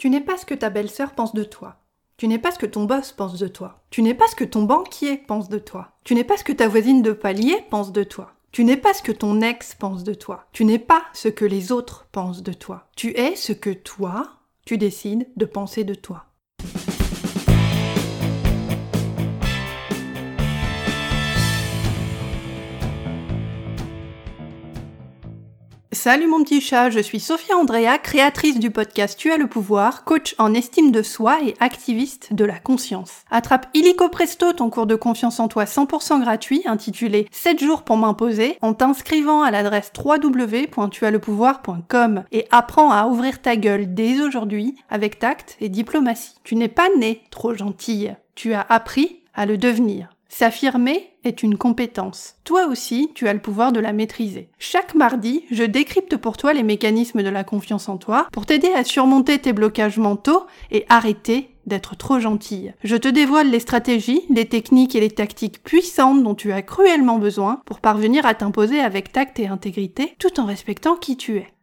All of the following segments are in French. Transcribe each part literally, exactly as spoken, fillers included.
Tu n'es pas ce que ta belle-sœur pense de toi. Tu n'es pas ce que ton boss pense de toi. Tu n'es pas ce que ton banquier pense de toi. Tu n'es pas ce que ta voisine de palier pense de toi. Tu n'es pas ce que ton ex pense de toi. Tu n'es pas ce que les autres pensent de toi. Tu es ce que toi, tu décides de penser de toi. Salut mon petit chat, je suis Sophia Andrea, créatrice du podcast Tu as le pouvoir, coach en estime de soi et activiste de la conscience. Attrape illico presto ton cours de confiance en toi cent pour cent gratuit intitulé sept jours pour m'imposer en t'inscrivant à l'adresse w w w point tu as le pouvoir point com et apprends à ouvrir ta gueule dès aujourd'hui avec tact et diplomatie. Tu n'es pas née trop gentille, tu as appris à le devenir. S'affirmer est une compétence. Toi aussi, tu as le pouvoir de la maîtriser. Chaque mardi, je décrypte pour toi les mécanismes de la confiance en toi pour t'aider à surmonter tes blocages mentaux et arrêter d'être trop gentille. Je te dévoile les stratégies, les techniques et les tactiques puissantes dont tu as cruellement besoin pour parvenir à t'imposer avec tact et intégrité tout en respectant qui tu es.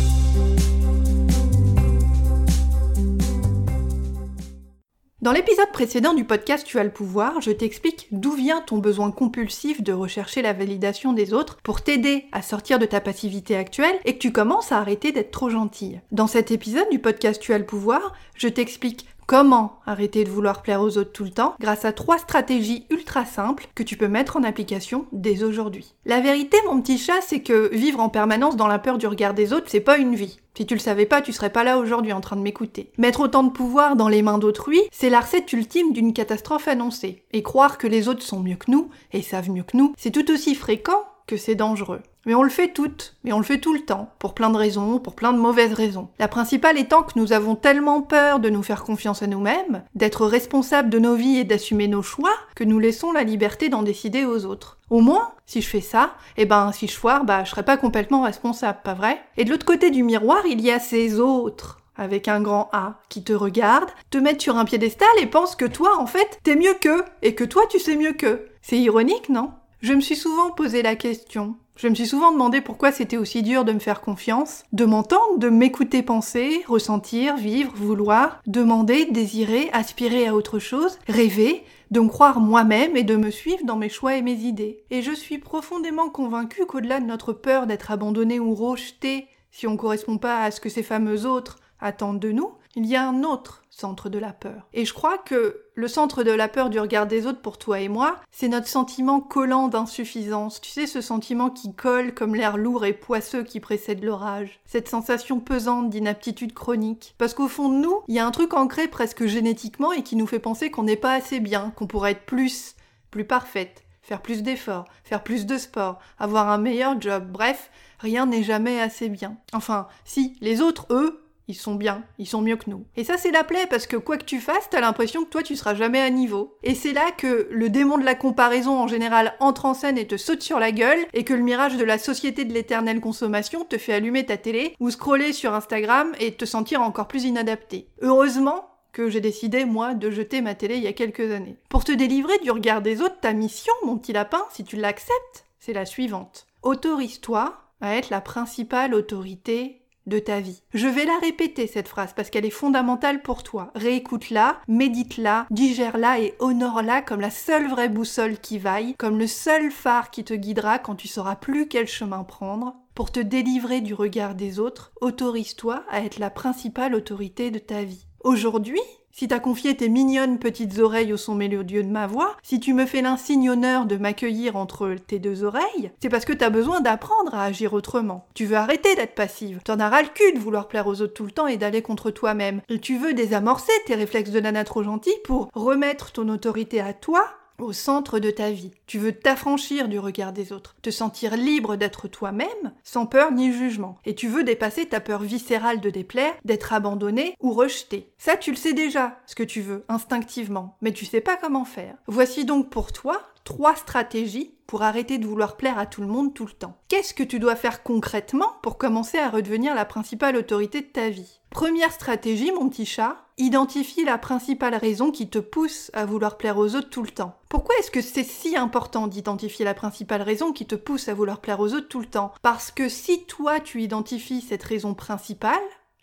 Dans l'épisode précédent du podcast Tu as le pouvoir, je t'explique d'où vient ton besoin compulsif de rechercher la validation des autres pour t'aider à sortir de ta passivité actuelle et que tu commences à arrêter d'être trop gentille. Dans cet épisode du podcast Tu as le pouvoir, je t'explique comment arrêter de vouloir plaire aux autres tout le temps grâce à trois stratégies ultra simples que tu peux mettre en application dès aujourd'hui. La vérité, mon petit chat, c'est que vivre en permanence dans la peur du regard des autres, c'est pas une vie. Si tu le savais pas, tu serais pas là aujourd'hui en train de m'écouter. Mettre autant de pouvoir dans les mains d'autrui, c'est la recette ultime d'une catastrophe annoncée. Et croire que les autres sont mieux que nous, et savent mieux que nous, c'est tout aussi fréquent que c'est dangereux. Mais on le fait toutes, mais on le fait tout le temps, pour plein de raisons, pour plein de mauvaises raisons. La principale étant que nous avons tellement peur de nous faire confiance à nous-mêmes, d'être responsables de nos vies et d'assumer nos choix, que nous laissons la liberté d'en décider aux autres. Au moins, si je fais ça, eh ben si je foire, bah je serai pas complètement responsable, pas vrai ? Et de l'autre côté du miroir, il y a ces autres, avec un grand A, qui te regardent, te mettent sur un piédestal et pensent que toi, en fait, t'es mieux qu'eux, et que toi, tu sais mieux qu'eux. C'est ironique, non ? Je me suis souvent posé la question. Je me suis souvent demandé pourquoi c'était aussi dur de me faire confiance, de m'entendre, de m'écouter penser, ressentir, vivre, vouloir, demander, désirer, aspirer à autre chose, rêver, de me croire moi-même et de me suivre dans mes choix et mes idées. Et je suis profondément convaincue qu'au-delà de notre peur d'être abandonné ou rejeté si on correspond pas à ce que ces fameux autres attendent de nous, il y a un autre centre de la peur. Et je crois que le centre de la peur du regard des autres pour toi et moi, c'est notre sentiment collant d'insuffisance. Tu sais, ce sentiment qui colle comme l'air lourd et poisseux qui précède l'orage. Cette sensation pesante d'inaptitude chronique. Parce qu'au fond de nous, il y a un truc ancré presque génétiquement et qui nous fait penser qu'on n'est pas assez bien, qu'on pourrait être plus, plus parfaite, faire plus d'efforts, faire plus de sport, avoir un meilleur job. Bref, rien n'est jamais assez bien. Enfin, si, les autres, eux, ils sont bien, ils sont mieux que nous. Et ça c'est la plaie parce que quoi que tu fasses, t'as l'impression que toi tu seras jamais à niveau. Et c'est là que le démon de la comparaison en général entre en scène et te saute sur la gueule et que le mirage de la société de l'éternelle consommation te fait allumer ta télé ou scroller sur Instagram et te sentir encore plus inadapté. Heureusement que j'ai décidé, moi, de jeter ma télé il y a quelques années. Pour te délivrer du regard des autres, ta mission, mon petit lapin, si tu l'acceptes, c'est la suivante. Autorise-toi à être la principale autorité de ta vie. Je vais la répéter cette phrase parce qu'elle est fondamentale pour toi. Réécoute-la, médite-la, digère-la et honore-la comme la seule vraie boussole qui vaille, comme le seul phare qui te guidera quand tu sauras plus quel chemin prendre. Pour te délivrer du regard des autres, autorise-toi à être la principale autorité de ta vie. Aujourd'hui, si t'as confié tes mignonnes petites oreilles au son mélodieux de ma voix, si tu me fais l'insigne honneur de m'accueillir entre tes deux oreilles, c'est parce que t'as besoin d'apprendre à agir autrement. Tu veux arrêter d'être passive. T'en as ras le cul de vouloir plaire aux autres tout le temps et d'aller contre toi-même. Et tu veux désamorcer tes réflexes de nana trop gentille pour remettre ton autorité à toi au centre de ta vie. Tu veux t'affranchir du regard des autres, te sentir libre d'être toi-même, sans peur ni jugement. Et tu veux dépasser ta peur viscérale de déplaire, d'être abandonné ou rejeté. Ça, tu le sais déjà, ce que tu veux, instinctivement, mais tu sais pas comment faire. Voici donc pour toi trois stratégies pour arrêter de vouloir plaire à tout le monde tout le temps. Qu'est-ce que tu dois faire concrètement pour commencer à redevenir la principale autorité de ta vie ? Première stratégie, mon petit chat, identifie la principale raison qui te pousse à vouloir plaire aux autres tout le temps. Pourquoi est-ce que c'est si important d'identifier la principale raison qui te pousse à vouloir plaire aux autres tout le temps ? Parce que si toi tu identifies cette raison principale,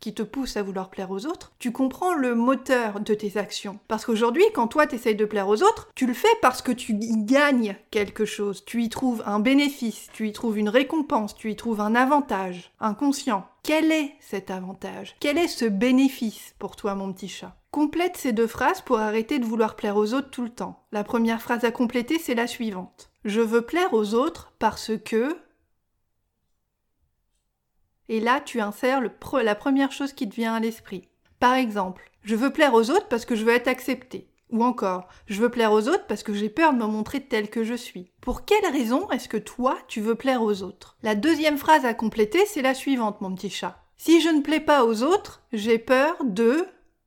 qui te pousse à vouloir plaire aux autres, tu comprends le moteur de tes actions. Parce qu'aujourd'hui, quand toi t'essayes de plaire aux autres, tu le fais parce que tu y gagnes quelque chose, tu y trouves un bénéfice, tu y trouves une récompense, tu y trouves un avantage inconscient. Quel est cet avantage ? Quel est ce bénéfice pour toi, mon petit chat ? Complète ces deux phrases pour arrêter de vouloir plaire aux autres tout le temps. La première phrase à compléter, c'est la suivante. Je veux plaire aux autres parce que... Et là, tu insères le pre- la première chose qui te vient à l'esprit. Par exemple, je veux plaire aux autres parce que je veux être accepté. Ou encore, je veux plaire aux autres parce que j'ai peur de me montrer tel que je suis. Pour quelle raison est-ce que toi, tu veux plaire aux autres ? La deuxième phrase à compléter, c'est la suivante, mon petit chat. Si je ne plais pas aux autres, j'ai peur de...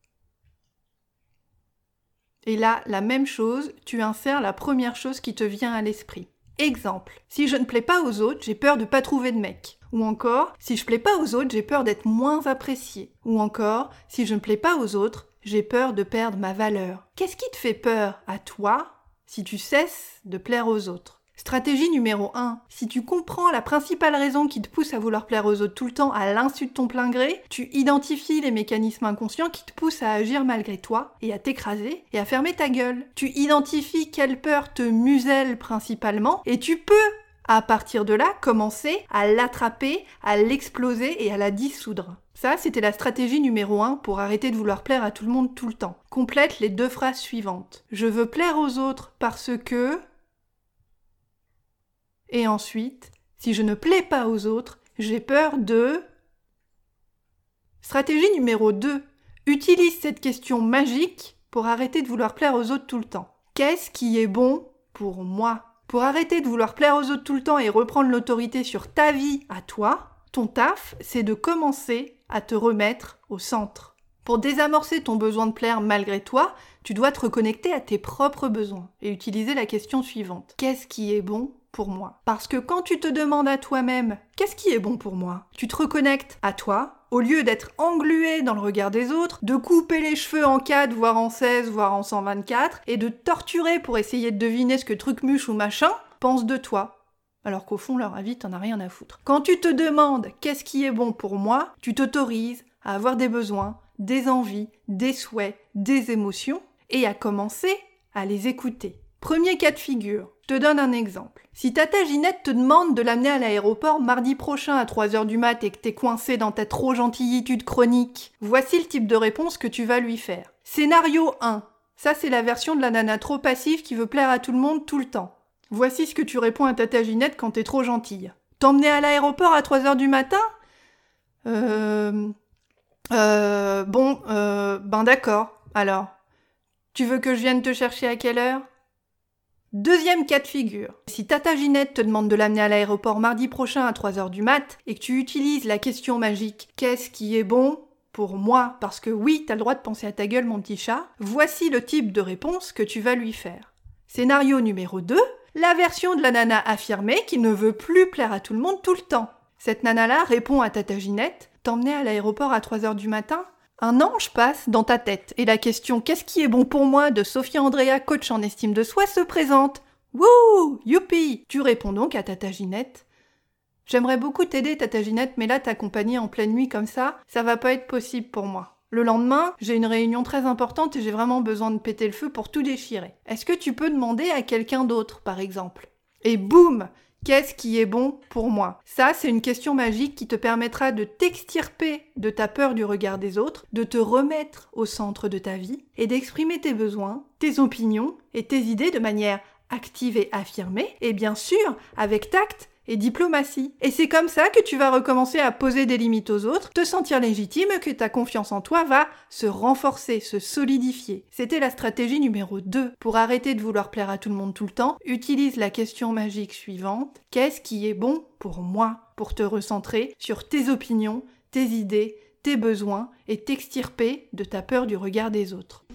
Et là, la même chose, tu insères la première chose qui te vient à l'esprit. Exemple, si je ne plais pas aux autres, j'ai peur de pas trouver de mec. Ou encore, si je plais pas aux autres, j'ai peur d'être moins apprécié. Ou encore, si je ne plais pas aux autres, j'ai peur de perdre ma valeur. Qu'est-ce qui te fait peur à toi si tu cesses de plaire aux autres ? Stratégie numéro un. Si tu comprends la principale raison qui te pousse à vouloir plaire aux autres tout le temps à l'insu de ton plein gré, tu identifies les mécanismes inconscients qui te poussent à agir malgré toi et à t'écraser et à fermer ta gueule. Tu identifies quelle peur te muselle principalement et tu peux, à partir de là, commencer à l'attraper, à l'exploser et à la dissoudre. Ça, c'était la stratégie numéro un pour arrêter de vouloir plaire à tout le monde tout le temps. Complète les deux phrases suivantes. Je veux plaire aux autres parce que... Et ensuite, si je ne plais pas aux autres, j'ai peur de... Stratégie numéro deux. Utilise cette question magique pour arrêter de vouloir plaire aux autres tout le temps. Qu'est-ce qui est bon pour moi ? Pour arrêter de vouloir plaire aux autres tout le temps et reprendre l'autorité sur ta vie à toi, ton taf, c'est de commencer à te remettre au centre. Pour désamorcer ton besoin de plaire malgré toi, tu dois te reconnecter à tes propres besoins et utiliser la question suivante. Qu'est-ce qui est bon pour moi ? Parce que quand tu te demandes à toi-même « Qu'est-ce qui est bon pour moi ?», tu te reconnectes à toi, au lieu d'être englué dans le regard des autres, de couper les cheveux en quatre, voire en seize, voire en cent vingt-quatre, et de torturer pour essayer de deviner ce que Trucmuche ou machin pense de toi. Alors qu'au fond, leur avis, t'en as rien à foutre. Quand tu te demandes « Qu'est-ce qui est bon pour moi ?», tu t'autorises à avoir des besoins, des envies, des souhaits, des émotions, et à commencer à les écouter. Premier cas de figure, je te donne un exemple. Si tata Ginette te demande de l'amener à l'aéroport mardi prochain à trois heures du mat et que t'es coincé dans ta trop gentillitude chronique, voici le type de réponse que tu vas lui faire. Scénario un. Ça, c'est la version de la nana trop passive qui veut plaire à tout le monde tout le temps. Voici ce que tu réponds à tata Ginette quand t'es trop gentille. T'emmener à l'aéroport à trois heures du matin ? Euh... Euh... Bon, euh... Ben d'accord. Alors, tu veux que je vienne te chercher à quelle heure ? Deuxième cas de figure. Si tata Ginette te demande de l'amener à l'aéroport mardi prochain à trois heures du mat et que tu utilises la question magique « Qu'est-ce qui est bon pour moi ?» parce que oui, t'as le droit de penser à ta gueule mon petit chat, voici le type de réponse que tu vas lui faire. Scénario numéro deux, la version de la nana affirmée qui ne veut plus plaire à tout le monde tout le temps. Cette nana-là répond à tata Ginette « T'emmener à l'aéroport à trois heures du matin ?» Un ange passe dans ta tête et la question « Qu'est-ce qui est bon pour moi ?» de Sophia Andrea, coach en estime de soi, se présente. Wouh, youpi! Tu réponds donc à tata Ginette. J'aimerais beaucoup t'aider, tata Ginette, mais là, t'accompagner en pleine nuit comme ça, ça va pas être possible pour moi. Le lendemain, j'ai une réunion très importante et j'ai vraiment besoin de péter le feu pour tout déchirer. Est-ce que tu peux demander à quelqu'un d'autre, par exemple ? Et boum! Qu'est-ce qui est bon pour moi ? Ça, c'est une question magique qui te permettra de t'extirper de ta peur du regard des autres, de te remettre au centre de ta vie et d'exprimer tes besoins, tes opinions et tes idées de manière active et affirmée, et bien sûr, avec tact et diplomatie. Et c'est comme ça que tu vas recommencer à poser des limites aux autres, te sentir légitime, que ta confiance en toi va se renforcer, se solidifier. C'était la stratégie numéro deux. Pour arrêter de vouloir plaire à tout le monde tout le temps, utilise la question magique suivante. Qu'est-ce qui est bon pour moi ? Pour te recentrer sur tes opinions, tes idées, tes besoins et t'extirper de ta peur du regard des autres.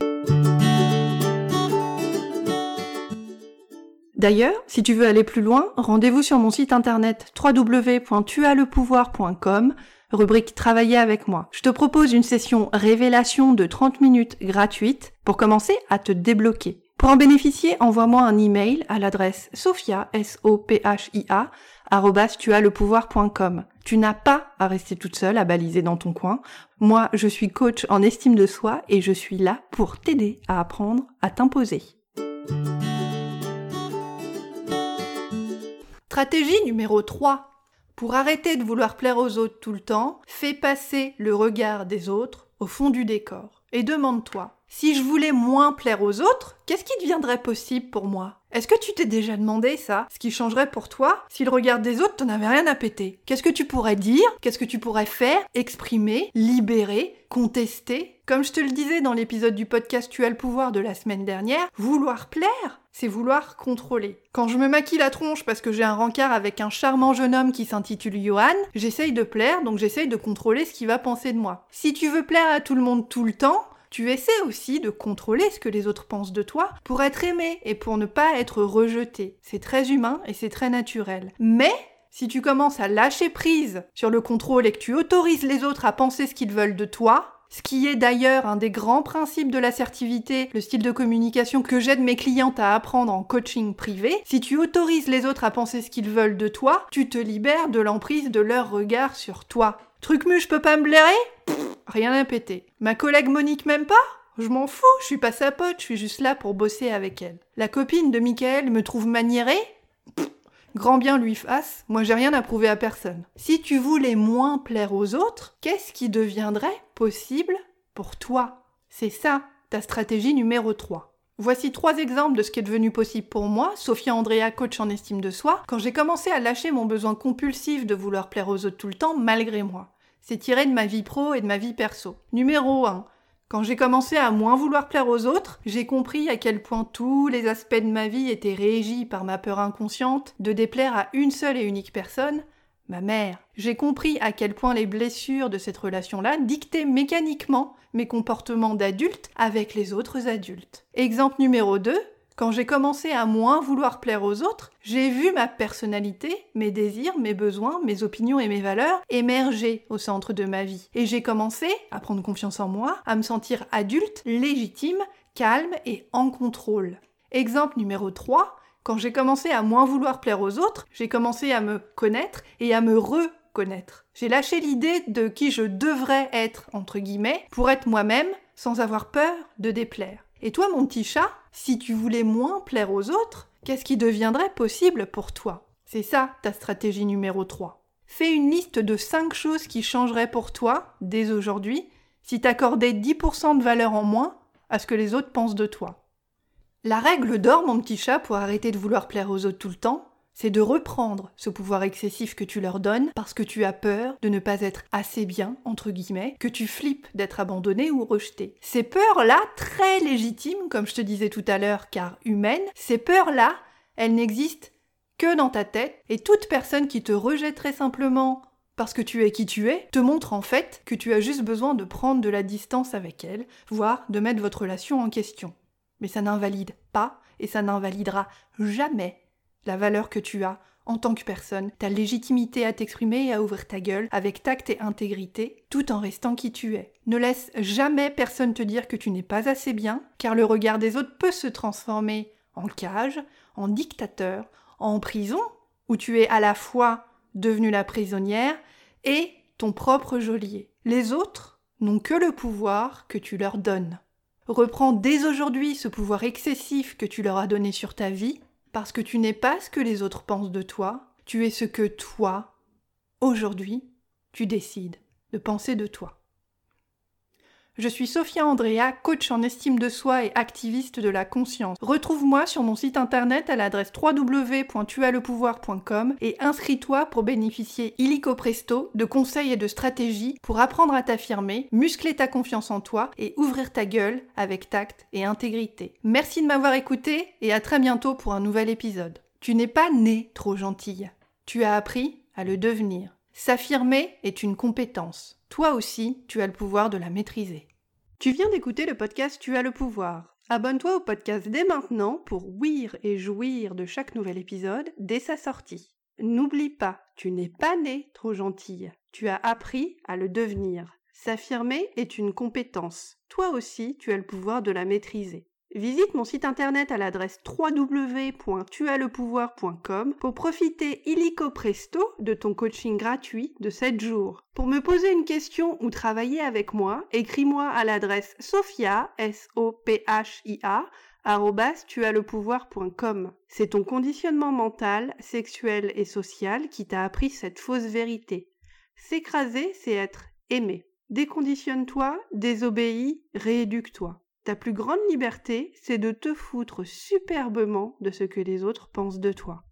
D'ailleurs, si tu veux aller plus loin, rendez-vous sur mon site internet w w w point tu as le pouvoir point com, rubrique Travailler avec moi. Je te propose une session révélation de trente minutes gratuite pour commencer à te débloquer. Pour en bénéficier, envoie-moi un email à l'adresse sophia, S O P H I A, arobase tu as le pouvoir point com. Tu n'as pas à rester toute seule à baliser dans ton coin. Moi, je suis coach en estime de soi et je suis là pour t'aider à apprendre à t'imposer. Stratégie numéro trois. Pour arrêter de vouloir plaire aux autres tout le temps, fais passer le regard des autres au fond du décor. Et demande-toi, si je voulais moins plaire aux autres, qu'est-ce qui deviendrait possible pour moi ? Est-ce que tu t'es déjà demandé ça ? Ce qui changerait pour toi si le regard des autres t'en avait rien à péter ? Qu'est-ce que tu pourrais dire ? Qu'est-ce que tu pourrais faire ? Exprimer ? Libérer ? Contester ? Comme je te le disais dans l'épisode du podcast Tu as le pouvoir de la semaine dernière, vouloir plaire, c'est vouloir contrôler. Quand je me maquille la tronche parce que j'ai un rencard avec un charmant jeune homme qui s'intitule Johan, j'essaye de plaire, donc j'essaye de contrôler ce qu'il va penser de moi. Si tu veux plaire à tout le monde tout le temps, tu essaies aussi de contrôler ce que les autres pensent de toi pour être aimé et pour ne pas être rejeté. C'est très humain et c'est très naturel. Mais si tu commences à lâcher prise sur le contrôle et que tu autorises les autres à penser ce qu'ils veulent de toi, ce qui est d'ailleurs un des grands principes de l'assertivité, le style de communication que j'aide mes clientes à apprendre en coaching privé, si tu autorises les autres à penser ce qu'ils veulent de toi, tu te libères de l'emprise de leur regard sur toi. Truc mu, je peux pas me blairer ? Pff, rien à péter. Ma collègue Monique m'aime pas ? Je m'en fous, je suis pas sa pote, je suis juste là pour bosser avec elle. La copine de Michael me trouve maniérée ? Pff, grand bien lui fasse, moi j'ai rien à prouver à personne. Si tu voulais moins plaire aux autres, qu'est-ce qui deviendrait possible pour toi ? C'est ça, ta stratégie numéro trois. Voici trois exemples de ce qui est devenu possible pour moi, Sophia Andrea, coach en estime de soi, quand j'ai commencé à lâcher mon besoin compulsif de vouloir plaire aux autres tout le temps, malgré moi. C'est tiré de ma vie pro et de ma vie perso. Numéro un. Quand j'ai commencé à moins vouloir plaire aux autres, j'ai compris à quel point tous les aspects de ma vie étaient régis par ma peur inconsciente de déplaire à une seule et unique personne, ma mère. J'ai compris à quel point les blessures de cette relation-là dictaient mécaniquement mes comportements d'adulte avec les autres adultes. Exemple numéro deux, quand j'ai commencé à moins vouloir plaire aux autres, j'ai vu ma personnalité, mes désirs, mes besoins, mes opinions et mes valeurs émerger au centre de ma vie. Et j'ai commencé à prendre confiance en moi, à me sentir adulte, légitime, calme et en contrôle. Exemple numéro trois, quand j'ai commencé à moins vouloir plaire aux autres, j'ai commencé à me connaître et à me reconnaître. J'ai lâché l'idée de qui je devrais être, entre guillemets, pour être moi-même, sans avoir peur de déplaire. Et toi, mon petit chat, si tu voulais moins plaire aux autres, qu'est-ce qui deviendrait possible pour toi ? C'est ça, ta stratégie numéro trois. Fais une liste de cinq choses qui changeraient pour toi, dès aujourd'hui, si t'accordais dix pour cent de valeur en moins à ce que les autres pensent de toi. La règle d'or, mon petit chat, pour arrêter de vouloir plaire aux autres tout le temps, c'est de reprendre ce pouvoir excessif que tu leur donnes parce que tu as peur de ne pas être assez bien, entre guillemets, que tu flippes d'être abandonné ou rejeté. Ces peurs-là, très légitimes, comme je te disais tout à l'heure, car humaines, ces peurs-là, elles n'existent que dans ta tête, et toute personne qui te rejetterait simplement parce que tu es qui tu es, te montre en fait que tu as juste besoin de prendre de la distance avec elle, voire de mettre votre relation en question. Mais ça n'invalide pas, et ça n'invalidera jamais la valeur que tu as en tant que personne, ta légitimité à t'exprimer et à ouvrir ta gueule avec tact et intégrité, tout en restant qui tu es. Ne laisse jamais personne te dire que tu n'es pas assez bien, car le regard des autres peut se transformer en cage, en dictateur, en prison, où tu es à la fois devenue la prisonnière et ton propre geôlier. Les autres n'ont que le pouvoir que tu leur donnes. Reprends dès aujourd'hui ce pouvoir excessif que tu leur as donné sur ta vie, parce que tu n'es pas ce que les autres pensent de toi, tu es ce que toi, aujourd'hui, tu décides de penser de toi. Je suis Sophia Andrea, coach en estime de soi et activiste de la conscience. Retrouve-moi sur mon site internet à l'adresse w w w point tu as le pouvoir point com et inscris-toi pour bénéficier illico presto de conseils et de stratégies pour apprendre à t'affirmer, muscler ta confiance en toi et ouvrir ta gueule avec tact et intégrité. Merci de m'avoir écouté et à très bientôt pour un nouvel épisode. Tu n'es pas née trop gentille. Tu as appris à le devenir. S'affirmer est une compétence. Toi aussi, tu as le pouvoir de la maîtriser. Tu viens d'écouter le podcast Tu as le pouvoir. Abonne-toi au podcast dès maintenant pour ouïr et jouir de chaque nouvel épisode dès sa sortie. N'oublie pas, tu n'es pas née trop gentille. Tu as appris à le devenir. S'affirmer est une compétence. Toi aussi, tu as le pouvoir de la maîtriser. Visite mon site internet à l'adresse w w w point tu as le pouvoir point com pour profiter illico presto de ton coaching gratuit de sept jours. Pour me poser une question ou travailler avec moi, écris-moi à l'adresse sophia, S O P H I A, arobase tu as le pouvoir point com. C'est ton conditionnement mental, sexuel et social qui t'a appris cette fausse vérité. S'écraser, c'est être aimé. Déconditionne-toi, désobéis, rééduque-toi. Ta plus grande liberté, c'est de te foutre superbement de ce que les autres pensent de toi.